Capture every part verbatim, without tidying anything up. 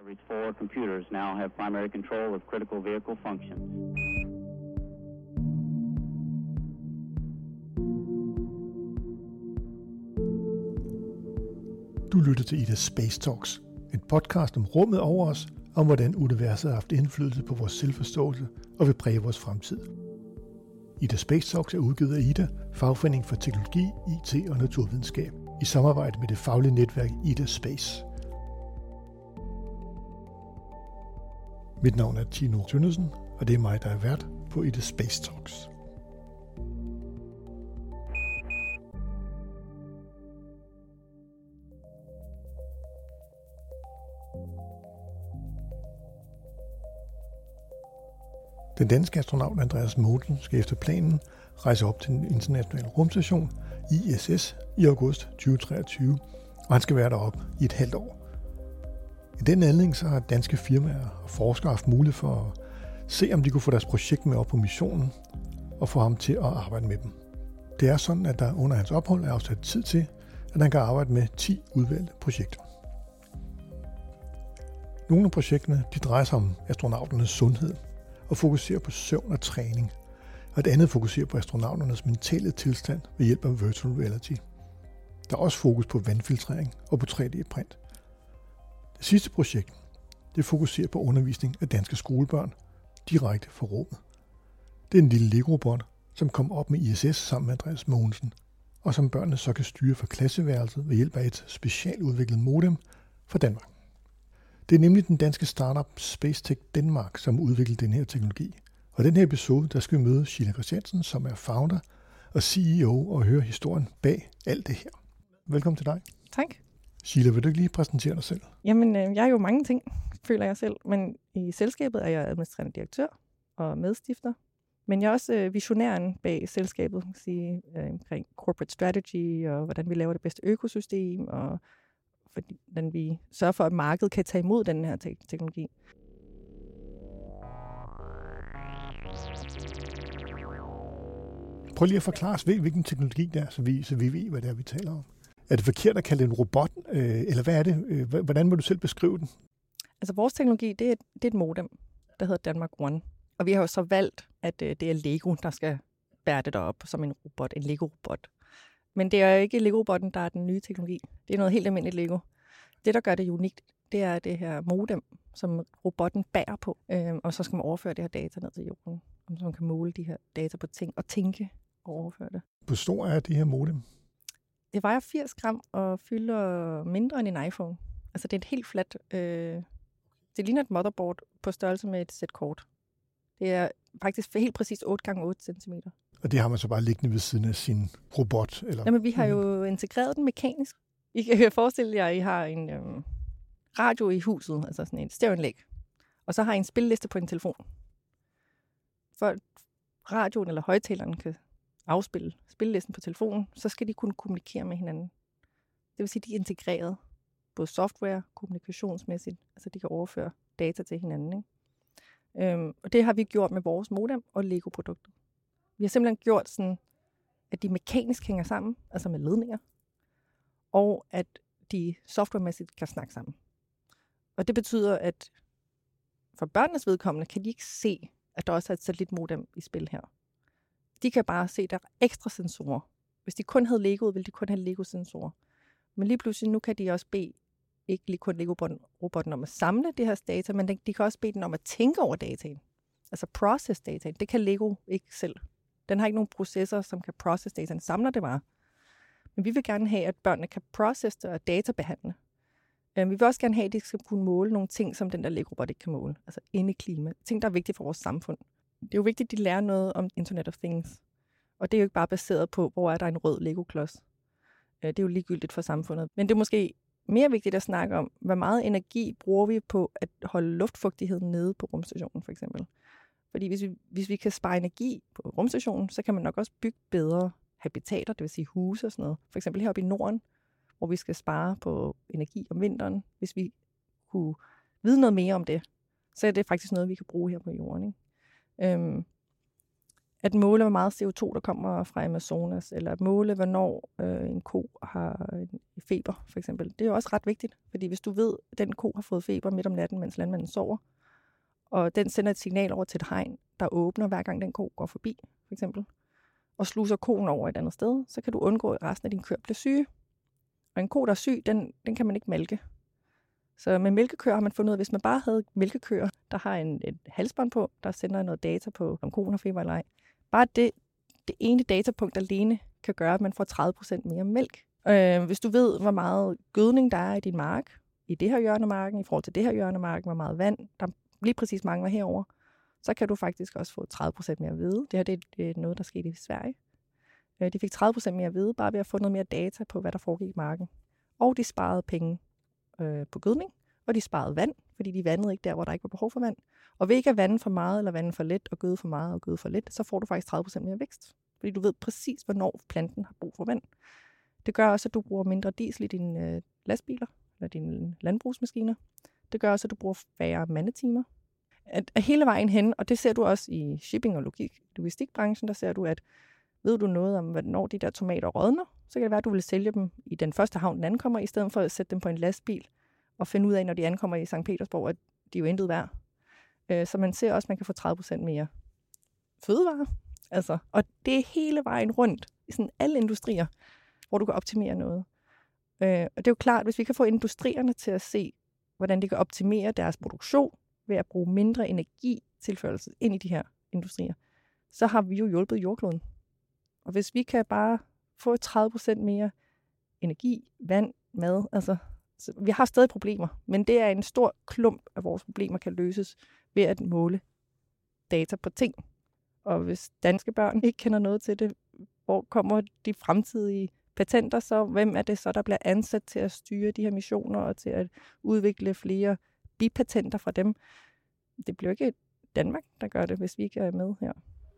Discovery's four computers now have primary control of critical vehicle functions. Du lytter til Ida Space Talks, en podcast om rummet over os, om hvordan universet har haft indflydelse på vores selvforståelse og vil præge vores fremtid. Ida Space Talks er udgivet af Ida, fagforening for teknologi, I T og naturvidenskab, i samarbejde med det faglige netværk Ida Space. Mit navn er Tino Tønnesen, og det er mig, der er vært på Ida Space Talks. Den danske astronaut Andreas Mogensen skal efter planen rejse op til den internationale rumstation I S S i august tyve treogtyve, og han skal være deroppe i et halvt år. I den anledning så har danske firmaer og forskere haft mulighed for at se, om de kunne få deres projekt med op på missionen og få ham til at arbejde med dem. Det er sådan, at der under hans ophold er afsat tid til, at han kan arbejde med ti udvalgte projekter. Nogle af projekterne de drejer sig om astronauternes sundhed og fokuserer på søvn og træning, og et andet fokuserer på astronauternes mentale tilstand ved hjælp af virtual reality. Der er også fokus på vandfiltrering og på tre D-print. Det sidste projekt, det fokuserer på undervisning af danske skolebørn direkte fra rummet. Det er en lille Lego-robot, som kom op med I S S sammen med Andreas Mogensen, og som børnene så kan styre fra klasseværelset ved hjælp af et specialudviklet modem fra Danmark. Det er nemlig den danske startup Spacetech Denmark, som udviklede den her teknologi. Og i den her episode, der skal vi møde Sheila Christiansen, som er founder og C E O, og høre historien bag alt det her. Velkommen til dig. Tak. Sheila, vil du ikke lige præsentere dig selv? Jamen, øh, jeg er jo mange ting, føler jeg selv. Men i selskabet er jeg administrerende direktør og medstifter. Men jeg er også øh, visionæren bag selskabet, kan sige, øh, omkring corporate strategy og hvordan vi laver det bedste økosystem, og hvordan vi sørger for, at markedet kan tage imod den her te- teknologi. Prøv lige at forklare os, hvilken teknologi det er, så vi, så vi ved, hvad det er, vi taler om. Er det forkert at kalde det en robot, øh, eller hvad er det? Hvordan vil du selv beskrive den? Altså vores teknologi, det er, et, det er et modem, der hedder Denmark One. Og vi har jo så valgt, at øh, det er Lego, der skal bære det derop som en robot, en Lego-robot. Men det er jo ikke Lego-robotten, der er den nye teknologi. Det er noget helt almindeligt Lego. Det, der gør det unikt, det er det her modem, som robotten bærer på. Øhm, og så skal man overføre det her data ned til jorden, så man kan måle de her data på ting og tænke og overføre det. Hvor stor er det her modem? Det vejer firs gram og fylder mindre end en iPhone. Altså det er et helt fladt... Øh, det ligner et motherboard på størrelse med et sæt kort. Det er faktisk helt præcis otte gange otte centimeter. Og det har man så bare liggende ved siden af sin robot? Eller? Jamen, vi har jo integreret den mekanisk. I kan forestille jer, at I har en øhm, radio i huset, altså sådan et stereoanlæg. Og så har I en spilleliste på en telefon. For at radioen eller højtaleren kan afspille spillelisten på telefonen, så skal de kunne kommunikere med hinanden. Det vil sige, at de er integreret. Både software, kommunikationsmæssigt, altså de kan overføre data til hinanden. Ikke? Øhm, og det har vi gjort med vores modem og Lego-produkter. Vi har simpelthen gjort sådan, at de mekanisk hænger sammen, altså med ledninger, og at de softwaremæssigt kan snakke sammen. Og det betyder, at for børnenes vedkommende kan de ikke se, at der også er et satellitmodem i spil her. De kan bare se, at der er ekstra sensorer. Hvis de kun havde Legoet, ville de kun have Lego-sensorer. Men lige pludselig nu kan de også bede, ikke lige kun Lego-robotten om at samle det her data, men de kan også bede den om at tænke over dataen. Altså process dataen. Det kan Lego ikke selv. Den har ikke nogen processer, som kan process data. Den samler det bare. Men vi vil gerne have, at børnene kan processe det og databehandle. Vi vil også gerne have, at de skal kunne måle nogle ting, som den der Lego-robot ikke kan måle. Altså indeklima. Ting, der er vigtige for vores samfund. Det er jo vigtigt, at de lærer noget om Internet of Things. Og det er jo ikke bare baseret på, hvor er der en rød Lego-klods. Det er jo ligegyldigt for samfundet. Men det er måske mere vigtigt at snakke om, hvor meget energi bruger vi på at holde luftfugtigheden nede på rumstationen, for eksempel. Fordi hvis vi, hvis vi kan spare energi på rumstationen, så kan man nok også bygge bedre habitater, det vil sige huse og sådan noget. For eksempel heroppe i Norden, hvor vi skal spare på energi om vinteren. Hvis vi kunne vide noget mere om det, så er det faktisk noget, vi kan bruge her på jorden. Ikke? Øhm, at måle, hvor meget C O to, der kommer fra Amazonas, eller at måle, hvornår øh, en ko har en feber, for eksempel. Det er jo også ret vigtigt, fordi hvis du ved, at den ko har fået feber midt om natten, mens landmanden sover, og den sender et signal over til et hegn, der åbner, hver gang den ko går forbi, for eksempel, og sluser koen over et andet sted, så kan du undgå, at resten af din køer bliver syge. Og en ko, der er syg, den, den kan man ikke malke. Så med mælkekøer har man fundet ud af, at hvis man bare havde mælkekøer, der har en, et halsbånd på, der sender noget data på, om koen har feber eller ej. Bare det, det ene datapunkt alene kan gøre, at man får tredive procent mere mælk. Øh, hvis du ved, hvor meget gødning der er i din mark, i det her hjørne af marken, i forhold til det her hjørne af marken, hvor meget vand, der lige præcis mangler herover, så kan du faktisk også få tredive procent mere hvede. Det her det er noget, der skete i Sverige. Øh, de fik tredive procent mere hvede, bare ved at få noget mere data på, hvad der foregik i marken. Og de sparede penge øh, på gødning, og de sparede vand, fordi de vandede ikke der, hvor der ikke var behov for vand. Og ved ikke at vande for meget, eller vande for lidt, og gøde for meget, og gøde for lidt, så får du faktisk tredive procent mere vækst. Fordi du ved præcis, hvornår planten har brug for vand. Det gør også, at du bruger mindre diesel i dine øh, lastbiler, eller dine landbrugsmaskiner. Det gør også, at du bruger færre mandetimer. At, at hele vejen hen, og det ser du også i shipping- og logik, logistikbranchen, der ser du, at ved du noget om, hvornår de der tomater rådner, så kan det være, at du vil sælge dem i den første havn, den ankommer, i stedet for at sætte dem på en lastbil, og finde ud af, når de ankommer i Sankt Petersborg, at de er jo intet værd. Så man ser også, at man kan få tredive procent mere fødevarer. Altså, og det er hele vejen rundt i sådan alle industrier, hvor du kan optimere noget. Og det er jo klart, hvis vi kan få industrierne til at se, hvordan de kan optimere deres produktion ved at bruge mindre energitilførsel ind i de her industrier, så har vi jo hjulpet jordkloden. Og hvis vi kan bare få tredive procent mere energi, vand, mad, altså, så vi har stadig problemer, men det er en stor klump af vores problemer kan løses ved at måle data på ting. Og hvis danske børn ikke kender noget til det, hvor kommer de fremtidige patenter så? Hvem er det så, der bliver ansat til at styre de her missioner og til at udvikle flere bipatenter fra dem? Det bliver ikke Danmark, der gør det, hvis vi ikke er med her.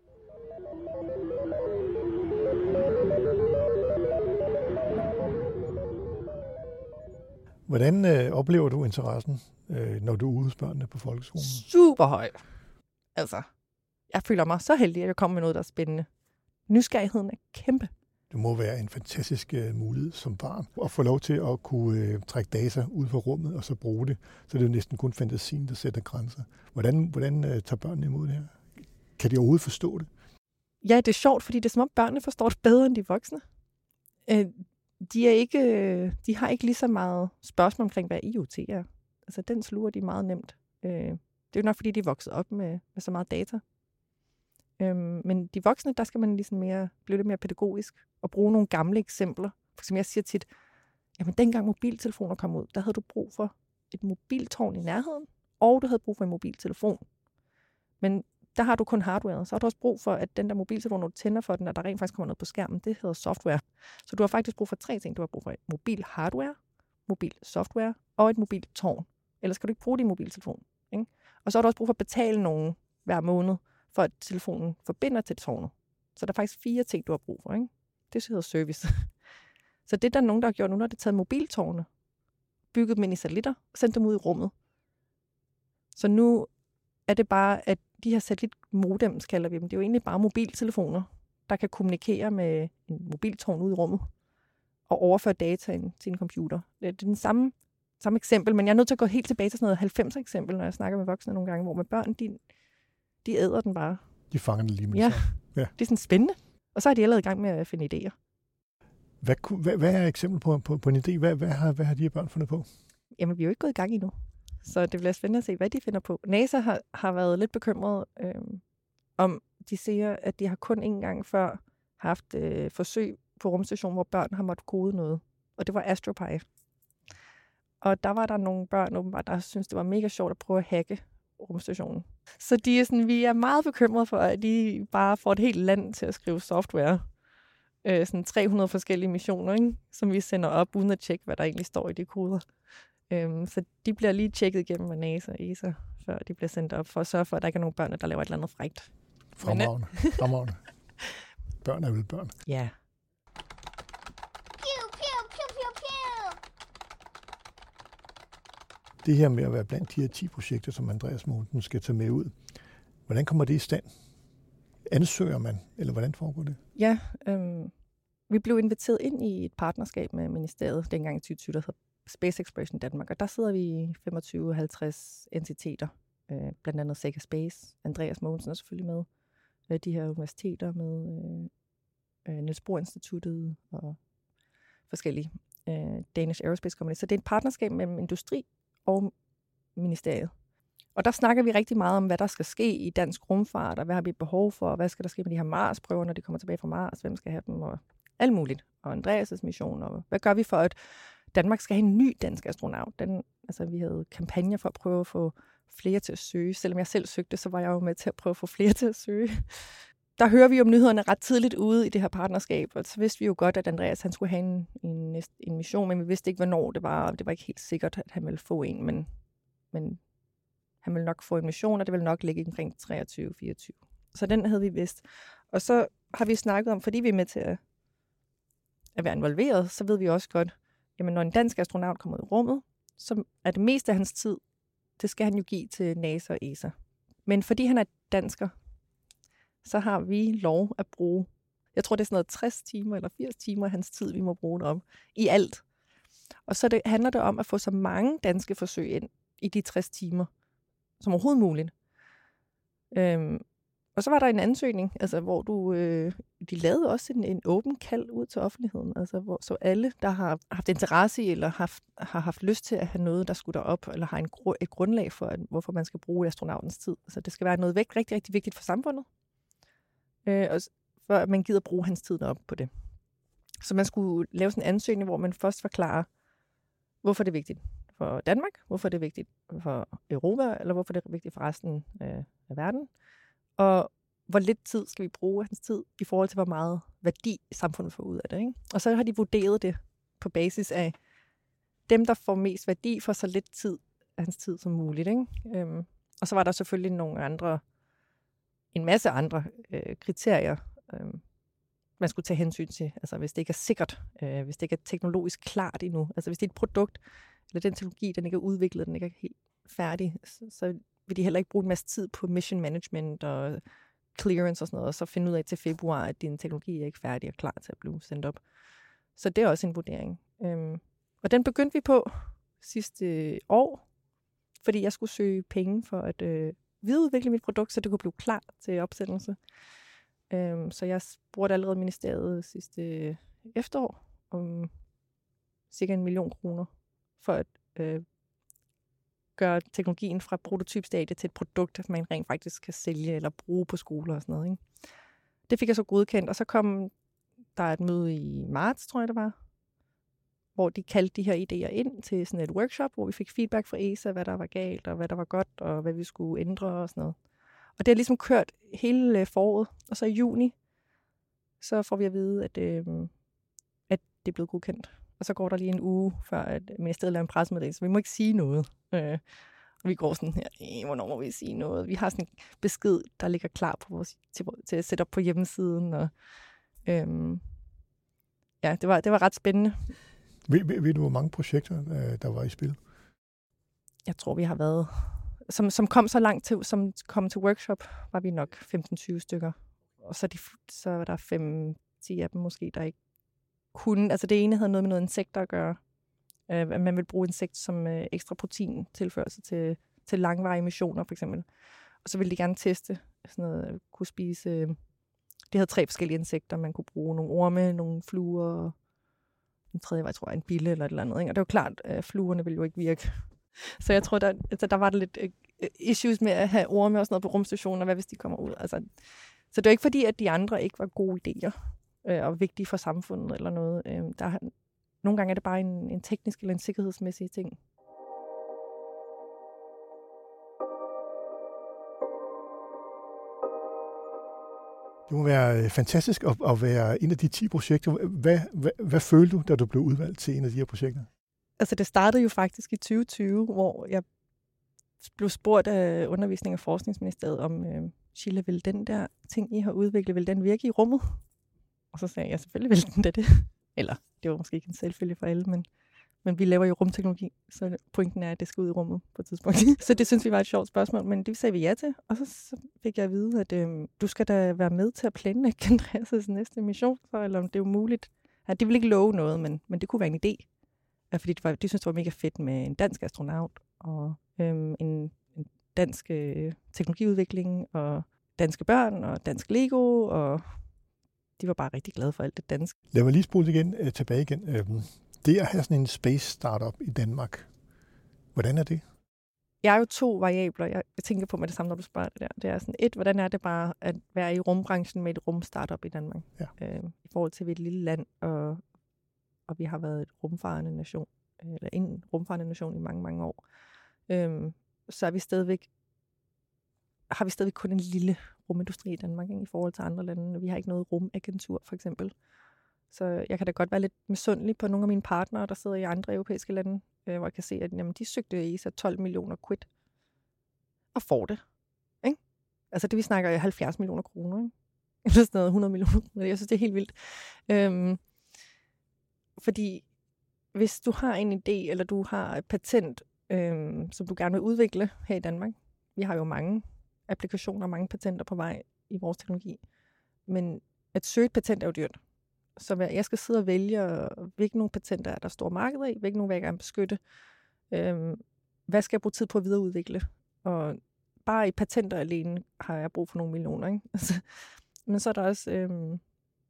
Hvordan øh, oplever du interessen, øh, når du er ude hos børnene på folkeskolen? Super høj. Altså, jeg føler mig så heldig, at jeg kommer med noget, der er spændende. Nysgerrigheden er kæmpe. Det må være en fantastisk øh, mulighed som barn at få lov til at kunne øh, trække data ud fra rummet og så bruge det. Så det er jo næsten kun fantasien, der sætter grænser. Hvordan, hvordan øh, tager børnene imod det her? Kan de overhovedet forstå det? Ja, det er sjovt, fordi det er som om børnene forstår det bedre end de voksne. Øh, de, er ikke, de har ikke lige så meget spørgsmål omkring, hvad I O T er. Altså, den sluger de meget nemt. Øh, det er jo nok, fordi de er vokset op med, med så meget data. Øhm, men de voksne, der skal man ligesom mere, blive lidt mere pædagogisk og bruge nogle gamle eksempler. For eksempel, jeg siger tit, jamen dengang mobiltelefoner kom ud, der havde du brug for et mobiltårn i nærheden, og du havde brug for en mobiltelefon. Men der har du kun hardware, så har du også brug for, at den der mobiltelefon, når du tænder for den, og der rent faktisk kommer noget på skærmen, det hedder software. Så du har faktisk brug for tre ting. Du har brug for et mobil hardware, mobil software og et mobilt tårn. Ellers kan du ikke bruge din mobiltelefon. Ikke? Og så har du også brug for at betale nogen hver måned, for at telefonen forbinder til tårnet. Så der er faktisk fire ting, du har brug for. Ikke? Det hedder service. Så det der er nogen, der har gjort nu, når det taget mobiltårne, bygget dem ind i satellitter, og sendt dem ud i rummet. Så nu er det bare, at de her satellitmodems, kalder vi dem, det er jo egentlig bare mobiltelefoner, der kan kommunikere med en mobiltårn ud i rummet, og overføre data ind til en computer. Det er den samme, samme eksempel, men jeg er nødt til at gå helt tilbage til sådan noget halvfemser eksempel, når jeg snakker med voksne nogle gange, hvor med børn, de De æder den bare. De fanger den lige med ja. ja, det er sådan spændende. Og så er de allerede i gang med at finde idéer. Hvad, hvad, hvad er et eksempel på, på, på en idé? Hvad, hvad, har, hvad har de her børn fundet på? Jamen, vi er jo ikke gået i gang endnu. Så det bliver spændende at se, hvad de finder på. NASA har, har været lidt bekymret øh, om, de siger, at de har kun en gang før haft øh, forsøg på rumstationen, hvor børn har måttet kode noget. Og det var AstroPi. Og der var der nogle børn, åbenbart, der syntes, det var mega sjovt at prøve at hacke rumstationen. Så de er sådan, vi er meget bekymrede for, at de bare får et helt land til at skrive software. Øh, sådan tre hundrede forskellige missioner, ikke? Som vi sender op, uden at tjekke, hvad der egentlig står i de koder. Øhm, så de bliver lige tjekket igennem af NASA og E S A, før de bliver sendt op, for at sørge for, at der ikke er nogen børn, der laver et eller andet frækt. Fremragende. Fremragende. Børn er vel børn. Ja. Det her med at være blandt de her ti projekter, som Andreas Mogensen skal tage med ud, hvordan kommer det i stand? ansøger man, eller hvordan foregår det? Ja, øhm, vi blev inviteret ind i et partnerskab med ministeriet dengang i tyve tyve, der hed Space Exploration Danmark, og der sidder vi femogtyve til halvtreds entiteter, øh, blandt andet Sega Space, Andreas Mogensen er selvfølgelig med, øh, de her universiteter med øh, Niels Bohr Instituttet og forskellige øh, Danish Aerospace Company. Så det er et partnerskab mellem industri og ministeriet. Og der snakker vi rigtig meget om, hvad der skal ske i dansk rumfart, og hvad har vi behov for, og hvad skal der ske med de her Mars-prøver, når de kommer tilbage fra Mars, hvem skal have dem, og alt muligt. Og Andreas' mission, og hvad gør vi for, at Danmark skal have en ny dansk astronaut? Den, altså, vi havde kampagner for at prøve at få flere til at søge. Selvom jeg selv søgte, så var jeg jo med til at prøve at få flere til at søge. Der hører vi om nyhederne ret tidligt ude i det her partnerskab, og så vidste vi jo godt, at Andreas han skulle have en, en, en mission, men vi vidste ikke, hvornår det var, og det var ikke helt sikkert, at han ville få en, men, men han ville nok få en mission, og det ville nok ligge omkring treogtyve til fireogtyve. Så den havde vi vidst. Og så har vi snakket om, fordi vi er med til at, at være involveret, så ved vi også godt, jamen når en dansk astronaut kommer ud i rummet, så er det meste af hans tid, det skal han jo give til NASA og E S A. Men fordi han er dansker, så har vi lov at bruge, jeg tror det er sådan noget tres timer eller firs timer af hans tid, vi må bruge det om, i alt. Og så det, handler det om at få så mange danske forsøg ind i de tres timer, som overhovedet muligt. Øhm, og så var der en ansøgning, altså hvor du, øh, de lavede også en, en åben kald ud til offentligheden, altså hvor så alle, der har haft interesse i, eller haft, har haft lyst til at have noget, der skulle derop, eller har en, et grundlag for, at, hvorfor man skal bruge astronautens tid. Altså det skal være noget vægt, rigtig, rigtig vigtigt for samfundet, øh, og for at man gider bruge hans tid derop på det. Så man skulle lave sådan en ansøgning, hvor man først forklarer, hvorfor det er vigtigt for Danmark, hvorfor det er vigtigt for Europa, eller hvorfor det er vigtigt for resten øh, af verden. Og hvor lidt tid skal vi bruge af hans tid, i forhold til, hvor meget værdi samfundet får ud af det. Ikke? Og så har de vurderet det på basis af dem, der får mest værdi for så lidt tid af hans tid som muligt. Ikke? Øhm, og så var der selvfølgelig nogle andre, en masse andre øh, kriterier, øh, man skulle tage hensyn til. Altså hvis det ikke er sikkert, øh, hvis det ikke er teknologisk klart endnu. Altså hvis det er et produkt, eller den teknologi, den ikke er udviklet, den ikke er helt færdig, så, så vil de heller ikke bruge en masse tid på mission management og clearance og sådan noget, og så finde ud af til februar, at din teknologi er ikke færdig og klar til at blive sendt op. Så det er også en vurdering. Øhm, og den begyndte vi på sidste år, fordi jeg skulle søge penge for at øh, videreudvikle mit produkt, så det kunne blive klar til opsendelse. Øhm, så jeg spurgte allerede ministeriet sidste efterår om cirka en million kroner for at øh, gøre teknologien fra prototypstadie til et produkt, man rent faktisk kan sælge eller bruge på skoler og sådan noget. Ikke? Det fik jeg så godkendt, og så kom der et møde i marts, tror jeg det var, hvor de kaldte de her idéer ind til sådan et workshop, hvor vi fik feedback fra E S A, hvad der var galt, og hvad der var godt, og hvad vi skulle ændre og sådan noget. Og det har ligesom kørt hele foråret, og så i juni, så får vi at vide, at, øh, at det er blevet godkendt. Og så går der lige en uge, før at ministeriet laver en pressemeddelelse, så vi må ikke sige noget. Øh, og vi går sådan her, hvornår må vi sige noget? Vi har sådan en besked, der ligger klar på vores, til, til at sætte op på hjemmesiden. Og, øhm, ja, det var, det var ret spændende. Ved, ved, ved du, hvor mange projekter, der var i spil? Jeg tror, vi har været... Som, som kom så langt til, som kom til workshop, var vi nok femten til tyve stykker. Og så, de, så var der fem ti af dem måske, der ikke kunne. Altså det ene havde noget med noget insekter at gøre. Uh, man vil bruge insekt som uh, ekstra protein tilførsel til, til langvarige missioner, for eksempel. Og så ville de gerne teste sådan noget, kunne spise... Uh, de havde tre forskellige insekter, man kunne bruge. Nogle orme, nogle fluer, og den tredje var, jeg tror, en bille eller et eller andet. Ikke? Og det var klart, at uh, fluerne ville jo ikke virke. Så jeg tror, der, altså, der var der lidt uh, issues med at have orme og sådan noget på rumstationen, og hvad hvis de kommer ud. Altså, så det var ikke fordi, at de andre ikke var gode idéer uh, og vigtige for samfundet eller noget. Uh, der Nogle gange er det bare en, en teknisk eller en sikkerhedsmæssig ting. Det må være fantastisk at, at være en af de ti projekter. Hvad, hvad, hvad følte du, da du blev udvalgt til en af de her projekter? Altså det startede jo faktisk i tyve tyve, hvor jeg blev spurgt af Undervisning- og Forskningsministeriet om, øh, Sheila, vil den der ting, I har udviklet, vil den virke i rummet? Og så sagde jeg, selvfølgelig vil den det. Eller, det var måske ikke en selvfølge for alle, men, men vi laver jo rumteknologi, så pointen er, at det skal ud i rummet på et tidspunkt. Så det synes vi var et sjovt spørgsmål, men det sagde vi ja til. Og så, så fik jeg at vide, at øh, du skal da være med til at planlægge Andreas' næste mission, så, eller om det er muligt. Ja, det vil ikke love noget, men, men det kunne være en idé. Ja, fordi det var, de synes, det var mega fedt med en dansk astronaut, og øh, en, en dansk øh, teknologiudvikling, og danske børn, og dansk Lego, og de var bare rigtig glade for alt det danske. Lad mig lige spole igen, øh, tilbage igen. Øh, det at have sådan en space startup i Danmark, hvordan er det? Jeg er jo to variabler, jeg, jeg tænker på med det samme, når du spørger det der. Det er sådan et, hvordan er det bare at være i rumbranchen med et rumstartup i Danmark? Ja. Øh, I forhold til, at vi er et lille land, og, og vi har været et rumfarende nation, eller en rumfarende nation i mange, mange år. Øh, så er vi stadigvæk, har vi stadigvæk kun en lille rumindustri i Danmark, ikke, i forhold til andre lande. Vi har ikke noget rumagentur, for eksempel. Så jeg kan da godt være lidt misundelig på nogle af mine partnere, der sidder i andre europæiske lande, øh, hvor jeg kan se, at jamen, de søgte i sig tolv millioner quid og får det. Ikke? Altså det, vi snakker halvfjerds millioner kroner. Ikke? Eller sådan noget hundrede millioner kroner. Jeg synes, det er helt vildt. Øhm, fordi hvis du har en idé, eller du har et patent, øhm, som du gerne vil udvikle her i Danmark. Vi har jo mange applikationer, mange patenter på vej i vores teknologi. Men at søge et patent er jo dyrt. Så jeg skal sidde og vælge, hvilke nogle patenter er der store markeder i, hvilke nogle vil jeg gerne beskytte. Øhm, hvad skal jeg bruge tid på at videreudvikle? Og bare i patenter alene har jeg brug for nogle millioner. Ikke? Altså, men så er der også, øhm,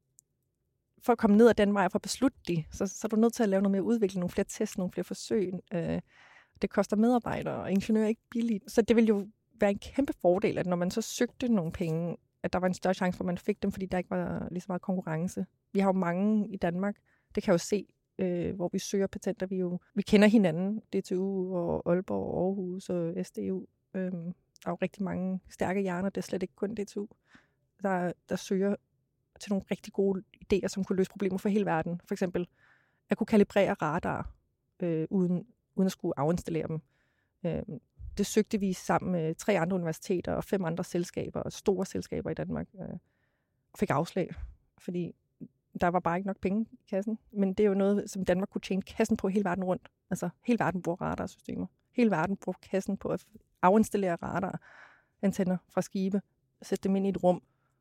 for at komme ned ad den vej, for at beslutte de, så, så er du nødt til at lave noget mere udvikling, nogle flere tests, nogle flere forsøg. Øh, det koster medarbejdere, og ingeniører er ikke billigt. Så det vil jo være en kæmpe fordel, at når man så søgte nogle penge, at der var en større chance for, at man fik dem, fordi der ikke var lige så meget konkurrence. Vi har jo mange i Danmark, det kan jeg jo se, øh, hvor vi søger patenter. Vi, jo, vi kender hinanden, D T U og Aalborg, Aarhus og S D U. Øhm, der er jo rigtig mange stærke hjerner, det er slet ikke kun D T U, der, der søger til nogle rigtig gode idéer, som kunne løse problemer for hele verden. For eksempel at kunne kalibrere radar, øh, uden, uden at skulle afinstallere dem. Øh, det søgte vi sammen med tre andre universiteter og fem andre selskaber, og store selskaber i Danmark, øh, og fik afslag, fordi der var bare ikke nok penge i kassen. Men det er jo noget, som Danmark kunne tjene kassen på hele verden rundt. Altså, hele verden bruger radarsystemer. Hele verden bruger kassen på at afinstallere radarantenner fra skibe, sætte dem ind i et rum.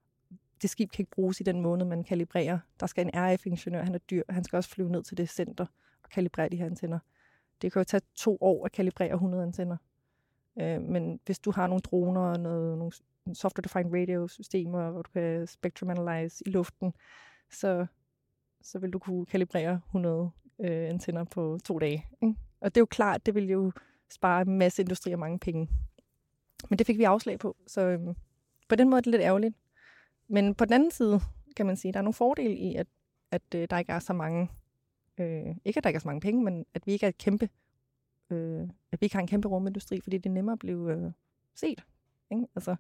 Det skib kan ikke bruges i den måned, man kalibrerer. Der skal en R F-ingeniør, han er dyr, han skal også flyve ned til det center og kalibrere de her antenner. Det kan jo tage to år at kalibrere hundrede antenner. Øh, men hvis du har nogle droner og noget, nogle software-defined radio-systemer, hvor du kan spectrum analyze i luften, så, så vil du kunne kalibrere hundrede øh, antenner på to dage. Ikke? Og det er jo klart, det vil jo spare en masse industri og mange penge. Men det fik vi afslag på, så øh, på den måde er det lidt ærgerligt. Men på den anden side, kan man sige, der er nogle fordele i, at, at øh, der ikke er så mange, øh, ikke at der ikke er så mange penge, men at vi ikke er et kæmpe, øh, at vi ikke har en kæmpe rumindustri, fordi det er nemmere at blive øh, set. Ikke? Altså,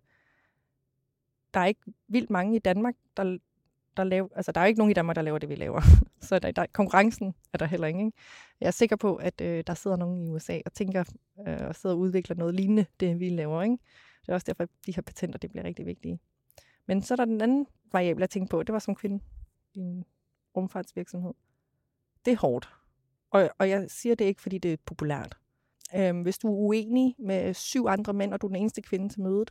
der er ikke vildt mange i Danmark, der, der laver, altså der er ikke nogen i Danmark, der laver det, vi laver. Så der, der, konkurrencen er der heller ikke. Jeg er sikker på, at øh, der sidder nogen i U S A og tænker øh, og sidder og udvikler noget lignende, det vi laver. Ikke? Det er også derfor, at de her patenter, det bliver rigtig vigtige. Men så er der den anden variabel, jeg tænkte på, det var som kvinde i en rumfartsvirksomhed. Det er hårdt. Og, og jeg siger det ikke, fordi det er populært. Øhm, hvis du er uenig med syv andre mænd, og du er den eneste kvinde til mødet,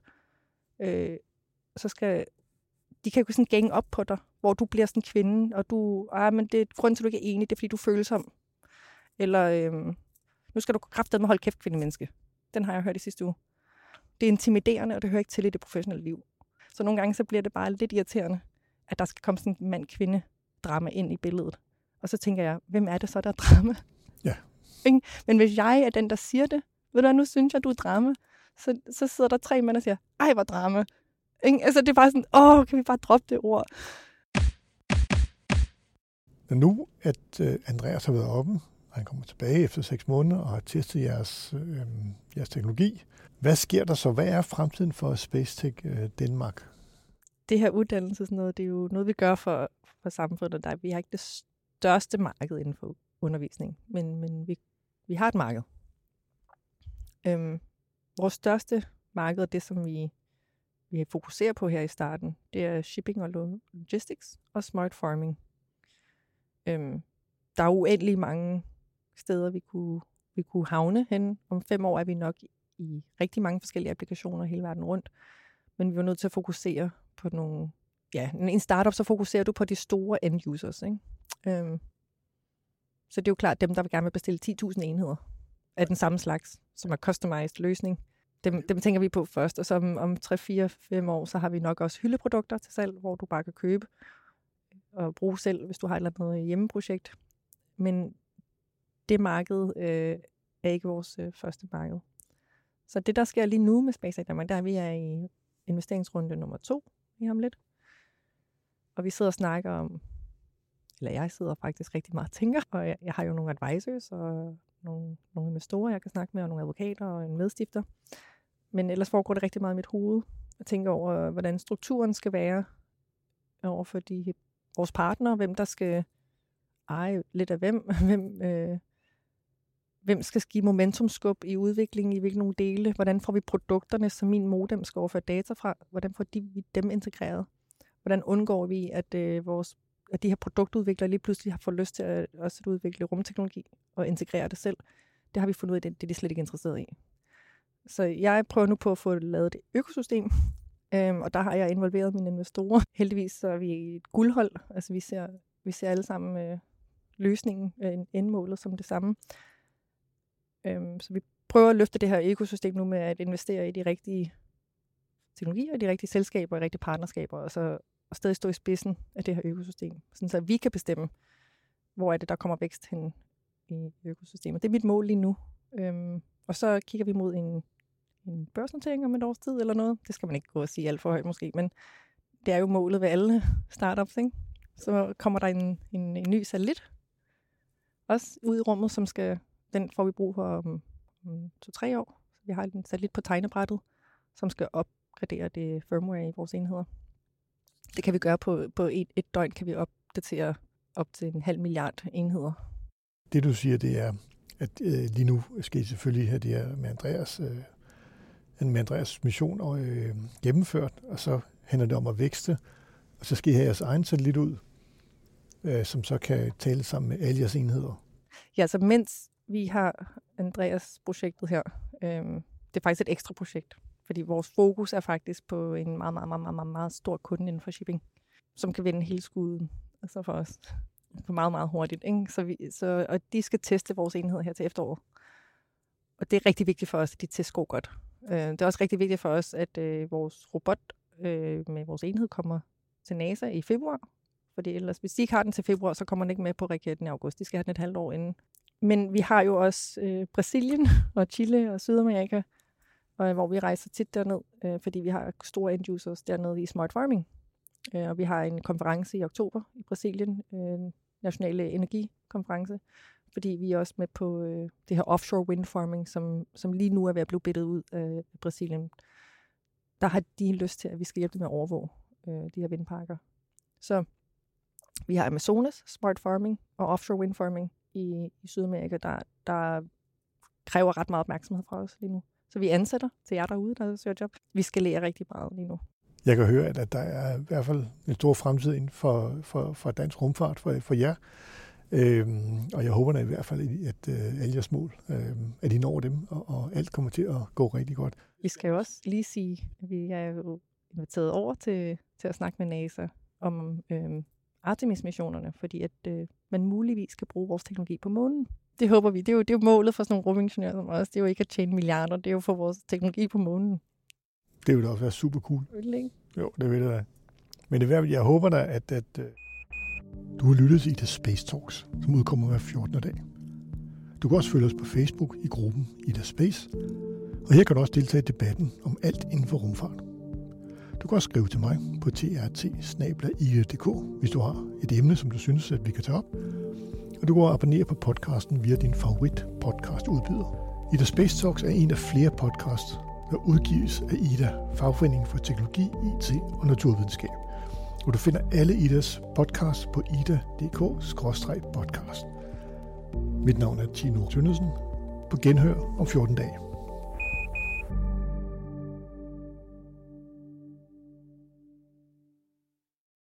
øh, så skal de kan jo sådan gænge op på dig, hvor du bliver sådan en kvinde, og du, ah, men det er grund til, at du ikke er enig, det er, fordi du er følsom. Eller, øhm, nu skal du kraftedeme holde kæft, kvindemenneske. Den har jeg hørt i sidste uge. Det er intimiderende, og det hører ikke til i det professionelle liv. Så nogle gange så bliver det bare lidt irriterende, at der skal komme sådan en mand-kvinde-drama ind i billedet. Og så tænker jeg, hvem er det så, der er drama? Ja. Men hvis jeg er den, der siger det, ved du hvad, nu synes jeg, du er drama, så, så sidder der tre mænd og siger, ej, hvor drama. Altså det er bare sådan, åh, kan vi bare droppe det ord? Men nu, at øh, Andreas har været oppe, og han kommer tilbage efter seks måneder og har testet jeres, øh, jeres teknologi, hvad sker der så? Hvad er fremtiden for SpaceTech øh, Danmark? Det her uddannelse, sådan noget, det er jo noget, vi gør for, for samfundet. Der, vi har ikke det største marked inden for undervisning, men, men vi, vi har et marked. Øhm, vores største marked er det, som vi, vi fokuserer på her i starten. Det er shipping og logistics og smart farming. Øhm, der er uendelig mange steder, vi kunne, vi kunne havne hen. Om fem år er vi nok i rigtig mange forskellige applikationer hele verden rundt. men vi var nødt til at fokusere på nogle... Ja, i en startup, så fokuserer du på de store end users, ikke? Øhm, så det er jo klart, dem, der vil gerne vil bestille ti tusind enheder af den samme slags, som er customized løsning. Dem, dem tænker vi på først, og så om, om tre, fire, fem år, så har vi nok også hyldeprodukter til salg, hvor du bare kan købe og bruge selv, hvis du har et eller andet hjemmeprojekt. Men det marked øh, er ikke vores øh, første marked. Så det, der sker lige nu med SpaceX Danmark, der er vi er i investeringsrunde nummer to lige om lidt. Og vi sidder og snakker om, eller jeg sidder faktisk rigtig meget og tænker, og jeg, jeg har jo nogle advisors og nogle, nogle investorer, jeg kan snakke med, og nogle advokater og en medstifter. Men ellers foregår det rigtig meget i mit hoved. Jeg tænker over, hvordan strukturen skal være over for de, vores partnere, hvem der skal eje lidt af hvem, hvem, øh, hvem skal give momentumskub i udviklingen, i hvilke nogle dele, hvordan får vi produkterne, som min modem skal overføre data fra, hvordan får de, vi dem integreret, hvordan undgår vi, at, øh, vores, at de her produktudviklere lige pludselig har fået lyst til at, også at udvikle rumteknologi og integrere det selv. Det har vi fundet ud af, det, det er de slet ikke interesseret i. Så jeg prøver nu på at få lavet et økosystem, øhm, og der har jeg involveret mine investorer. Heldigvis så er vi et guldhold, altså vi ser, vi ser alle sammen øh, løsningen, øh, endmålet som det samme. Øhm, så vi prøver at løfte det her økosystem nu med at investere i de rigtige teknologier, de rigtige selskaber og rigtige partnerskaber, og så og stadig stå i spidsen af det her økosystem, sådan så vi kan bestemme, hvor er det, der kommer vækst hen i økosystemet. Det er mit mål lige nu. Øhm, og så kigger vi mod en, en børsnotering om et års tid eller noget. Det skal man ikke gå og sige alt for højt måske, men det er jo målet ved alle startups, ikke? Så kommer der en, en, en ny satellit, også ud i rummet, som skal, den får vi brug for om, om to-tre år. Så vi har en satellit på tegnebrættet, som skal opgradere det firmware i vores enheder. Det kan vi gøre på, på et, et døgn, kan vi opdatere op til en halv milliard enheder. Det du siger, det er, at øh, lige nu skal I selvfølgelig have det her med Andreas, øh, med Andreas mission og, øh, gennemført, og så handler det om at vækste, og så skal I have jeres egen satellit ud, øh, som så kan tale sammen med alle jeres enheder. Ja, så mens vi har Andreas-projektet her, øh, det er faktisk et ekstra projekt, fordi vores fokus er faktisk på en meget, meget, meget, meget, meget, meget stor kunde inden for shipping, som kan vinde hele skuden altså for os på meget, meget hurtigt. Ikke? Så vi, så, og de skal teste vores enhed her til efteråret. Og det er rigtig vigtigt for os, at de test går godt. Uh, det er også rigtig vigtigt for os, at uh, vores robot uh, med vores enhed kommer til NASA i februar. Fordi ellers, hvis de ikke har den til februar, så kommer den ikke med på raketten i august. De skal have den et halvt år inden. Men vi har jo også uh, Brasilien og Chile og Sydamerika, uh, hvor vi rejser tit derned, uh, fordi vi har store end users dernede i smart farming. Uh, og vi har en konference i oktober i Brasilien, uh, nationale energikonference, fordi vi er også med på øh, det her offshore wind farming, som, som lige nu er ved at blive bittet ud af Brasilien. Der har de lyst til, at vi skal hjælpe dem med at overvåge øh, de her vindparker. Så vi har Amazonas, smart farming og offshore wind farming i, i Sydamerika, der, der kræver ret meget opmærksomhed fra os lige nu. Så vi ansætter til jer derude, der søger job. Vi skalerer rigtig meget lige nu. Jeg kan høre, at der er i hvert fald en stor fremtid inden for, for, for dansk rumfart for, for jer. Øhm, og jeg håber da i hvert fald, at øh, alle jeres mål, øh, at I når dem, og, og alt kommer til at gå rigtig godt. Vi skal jo også lige sige, at vi er jo inviteret over til, til at snakke med NASA om øh, Artemis-missionerne, fordi at øh, man muligvis kan bruge vores teknologi på månen. Det håber vi. Det er jo, det er jo målet for sådan nogle rumingeniører som os. Det er jo ikke at tjene milliarder, det er jo for vores teknologi på månen. Det vil da også være super cool. Ikke? Jo, det vil det da. Men det er, jeg håber da, at, at uh, du har lyttet til Ida Space Talks, som udkommer hver fjortende dag. Du kan også følge os på Facebook i gruppen Ida Space, og her kan du også deltage i debatten om alt inden for rumfart. Du kan også skrive til mig på t r t snabel-a ida punktum d k, hvis du har et emne, som du synes, at vi kan tage op. Og du kan abonnere på podcasten via din favorit podcastudbyder. Ida Space Talks er en af flere podcasts, der udgives af Ida, Fagforeningen for Teknologi, I T og Naturvidenskab. Og du finder alle Idas podcasts på ida punktum d k skråstreg podcast. Mit navn er Tino Tønnesen. På genhør om fjorten dage.